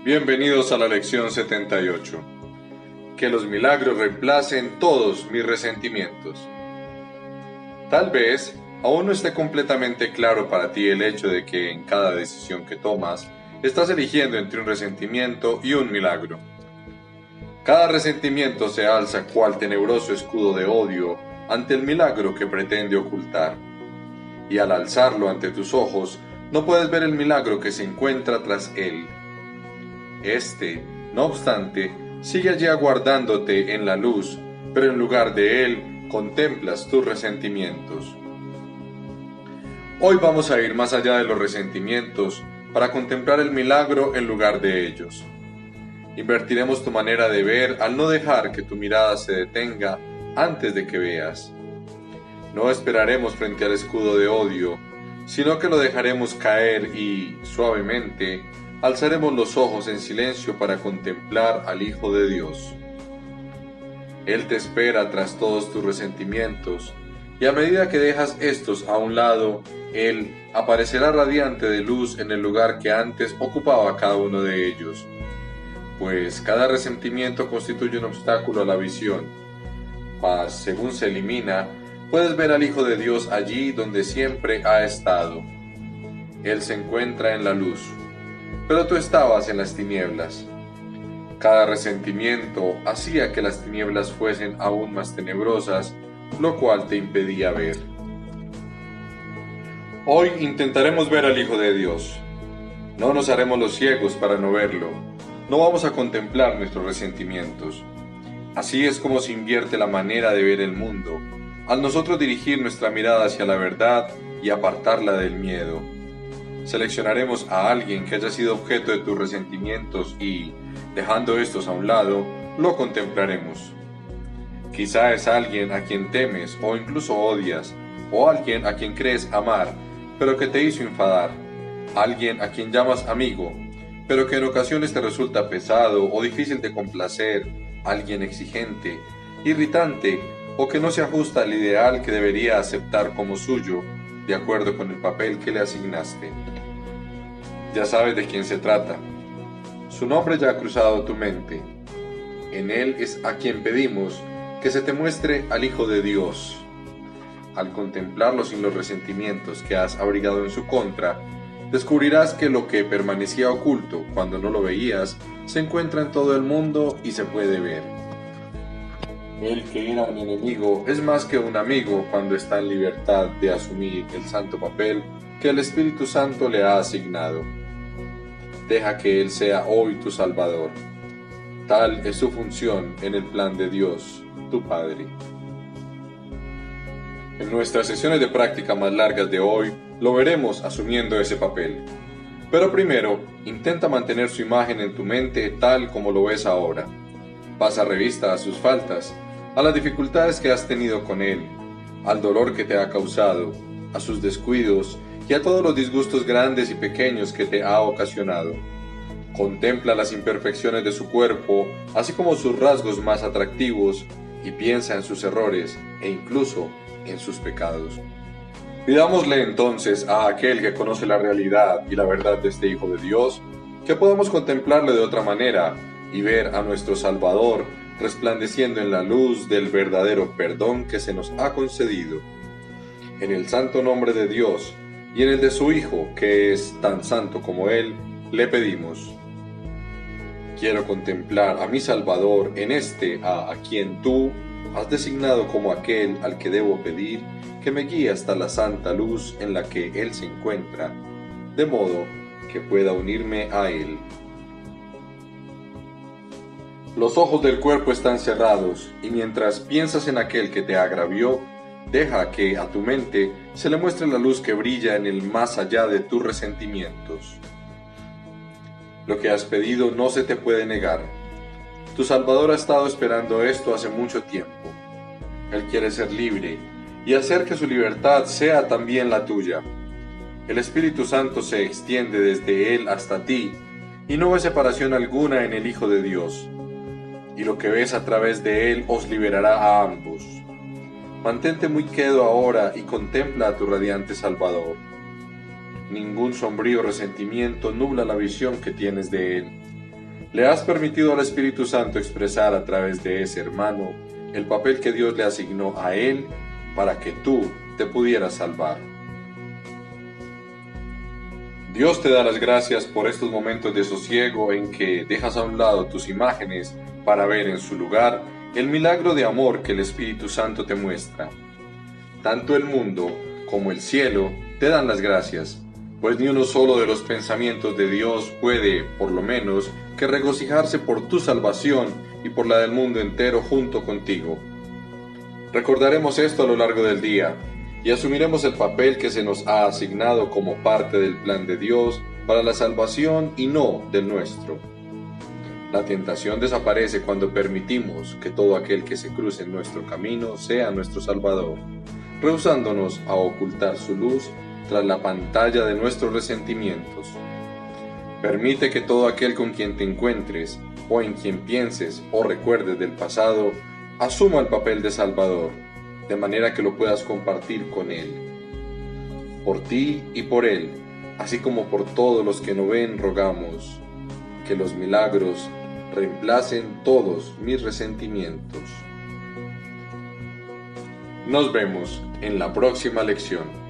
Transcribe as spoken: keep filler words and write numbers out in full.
Bienvenidos a la lección setenta y ocho. Que los milagros reemplacen todos mis resentimientos. Tal vez aún no esté completamente claro para ti el hecho de que en cada decisión que tomas estás eligiendo entre un resentimiento y un milagro. Cada resentimiento se alza cual tenebroso escudo de odio ante el milagro que pretende ocultar. Y al alzarlo ante tus ojos, no puedes ver el milagro que se encuentra tras él. Este, no obstante, sigue allí aguardándote en la luz, pero en lugar de él, contemplas tus resentimientos. Hoy vamos a ir más allá de los resentimientos para contemplar el milagro en lugar de ellos. Invertiremos tu manera de ver al no dejar que tu mirada se detenga antes de que veas. No esperaremos frente al escudo de odio, sino que lo dejaremos caer y, suavemente, alzaremos los ojos en silencio para contemplar al Hijo de Dios. Él te espera tras todos tus resentimientos, y a medida que dejas estos a un lado, Él aparecerá radiante de luz en el lugar que antes ocupaba cada uno de ellos. Pues cada resentimiento constituye un obstáculo a la visión, mas según se elimina, puedes ver al Hijo de Dios allí donde siempre ha estado. Él se encuentra en la luz, pero tú estabas en las tinieblas. Cada resentimiento hacía que las tinieblas fuesen aún más tenebrosas, lo cual te impedía ver. Hoy intentaremos ver al Hijo de Dios. No nos haremos los ciegos para no verlo. No vamos a contemplar nuestros resentimientos. Así es como se invierte la manera de ver el mundo, al nosotros dirigir nuestra mirada hacia la verdad y apartarla del miedo. Seleccionaremos a alguien que haya sido objeto de tus resentimientos y, dejando estos a un lado, lo contemplaremos. Quizá es alguien a quien temes o incluso odias, o alguien a quien crees amar, pero que te hizo enfadar, alguien a quien llamas amigo, pero que en ocasiones te resulta pesado o difícil de complacer, alguien exigente, irritante o que no se ajusta al ideal que debería aceptar como suyo, de acuerdo con el papel que le asignaste. Ya sabes de quién se trata. Su nombre ya ha cruzado tu mente. En él es a quien pedimos que se te muestre al Hijo de Dios. Al contemplarlo sin los resentimientos que has abrigado en su contra, descubrirás que lo que permanecía oculto cuando no lo veías, se encuentra en todo el mundo y se puede ver. El que era un enemigo es más que un amigo cuando está en libertad de asumir el santo papel que el Espíritu Santo le ha asignado. Deja que Él sea hoy tu Salvador. Tal es su función en el plan de Dios, tu Padre. En nuestras sesiones de práctica más largas de hoy, lo veremos asumiendo ese papel. Pero primero, intenta mantener su imagen en tu mente tal como lo ves ahora. Pasa revista a sus faltas, a las dificultades que has tenido con él, al dolor que te ha causado, a sus descuidos y a todos los disgustos grandes y pequeños que te ha ocasionado. Contempla las imperfecciones de su cuerpo, así como sus rasgos más atractivos, y piensa en sus errores e incluso en sus pecados. Pidámosle entonces a aquel que conoce la realidad y la verdad de este Hijo de Dios, que podamos contemplarle de otra manera y ver a nuestro Salvador resplandeciendo en la luz del verdadero perdón que se nos ha concedido. En el santo nombre de Dios y en el de su Hijo, que es tan santo como Él, le pedimos. Quiero contemplar a mi Salvador en este a, a quien tú has designado como aquel al que debo pedir que me guíe hasta la santa luz en la que Él se encuentra, de modo que pueda unirme a Él. Los ojos del cuerpo están cerrados, y mientras piensas en aquel que te agravió, deja que a tu mente se le muestre la luz que brilla en el más allá de tus resentimientos. Lo que has pedido no se te puede negar. Tu Salvador ha estado esperando esto hace mucho tiempo. Él quiere ser libre y hacer que su libertad sea también la tuya. El Espíritu Santo se extiende desde Él hasta ti, y no hay separación alguna en el Hijo de Dios. Y lo que ves a través de Él os liberará a ambos. Mantente muy quedo ahora y contempla a tu radiante Salvador. Ningún sombrío resentimiento nubla la visión que tienes de Él. Le has permitido al Espíritu Santo expresar a través de ese hermano el papel que Dios le asignó a él para que tú te pudieras salvar. Dios te da las gracias por estos momentos de sosiego en que dejas a un lado tus imágenes para ver en su lugar el milagro de amor que el Espíritu Santo te muestra. Tanto el mundo como el cielo te dan las gracias, pues ni uno solo de los pensamientos de Dios puede, por lo menos, que regocijarse por tu salvación y por la del mundo entero junto contigo. Recordaremos esto a lo largo del día, y asumiremos el papel que se nos ha asignado como parte del plan de Dios para la salvación y no del nuestro. La tentación desaparece cuando permitimos que todo aquel que se cruce en nuestro camino sea nuestro Salvador, rehusándonos a ocultar su luz tras la pantalla de nuestros resentimientos. Permite que todo aquel con quien te encuentres, o en quien pienses o recuerdes del pasado, asuma el papel de Salvador, de manera que lo puedas compartir con Él. Por ti y por Él, así como por todos los que no ven, rogamos que los milagros reemplacen todos mis resentimientos. Nos vemos en la próxima lección.